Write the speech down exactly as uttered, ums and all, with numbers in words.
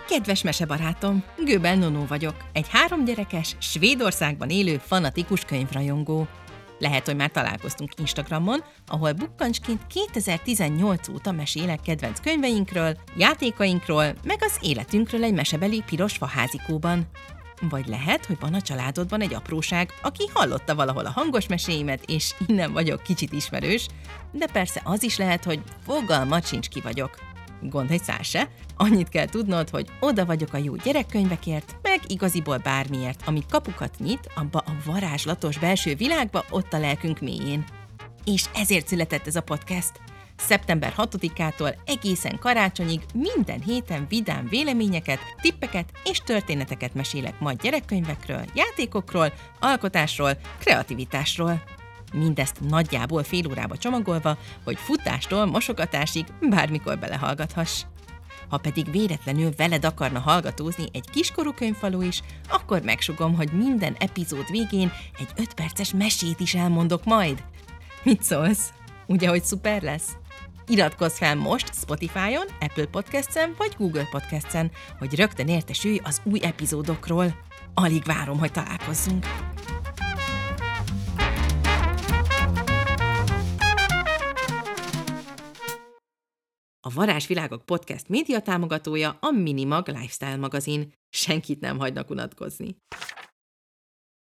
Kedves mesebarátom, Göbel Nonó vagyok, egy háromgyerekes, Svédországban élő fanatikus könyvrajongó. Lehet, hogy már találkoztunk Instagramon, ahol bukkancsként kétezer-tizennyolc óta mesélek kedvenc könyveinkről, játékainkról, meg az életünkről egy mesebeli piros faházikóban. Vagy lehet, hogy van a családodban egy apróság, aki hallotta valahol a hangos meséimet, és innen vagyok kicsit ismerős, de persze az is lehet, hogy fogalmat sincs ki vagyok. Gond egy szál se, annyit kell tudnod, hogy oda vagyok a jó gyerekkönyvekért, meg igaziból bármiért, ami kapukat nyit abba a varázslatos belső világba, ott a lelkünk mélyén. És ezért született ez a podcast. szeptember hatodikától egészen karácsonyig minden héten vidám véleményeket, tippeket és történeteket mesélek majd gyerekkönyvekről, játékokról, alkotásról, kreativitásról. Mindezt nagyjából fél órába csomagolva, hogy futástól mosogatásig bármikor belehallgathass. Ha pedig véletlenül veled akarna hallgatózni egy kiskorú könyvfalu is, akkor megsugom, hogy minden epizód végén egy öt perces mesét is elmondok majd. Mit szólsz? Ugye, hogy szuper lesz? Iratkozz fel most Spotify-on, Apple Podcasts-en vagy Google Podcasts-en, hogy rögtön értesülj az új epizódokról. Alig várom, hogy találkozzunk! A Varázsvilágok Podcast média támogatója a Minimag Lifestyle magazin. Senkit nem hagynak unatkozni.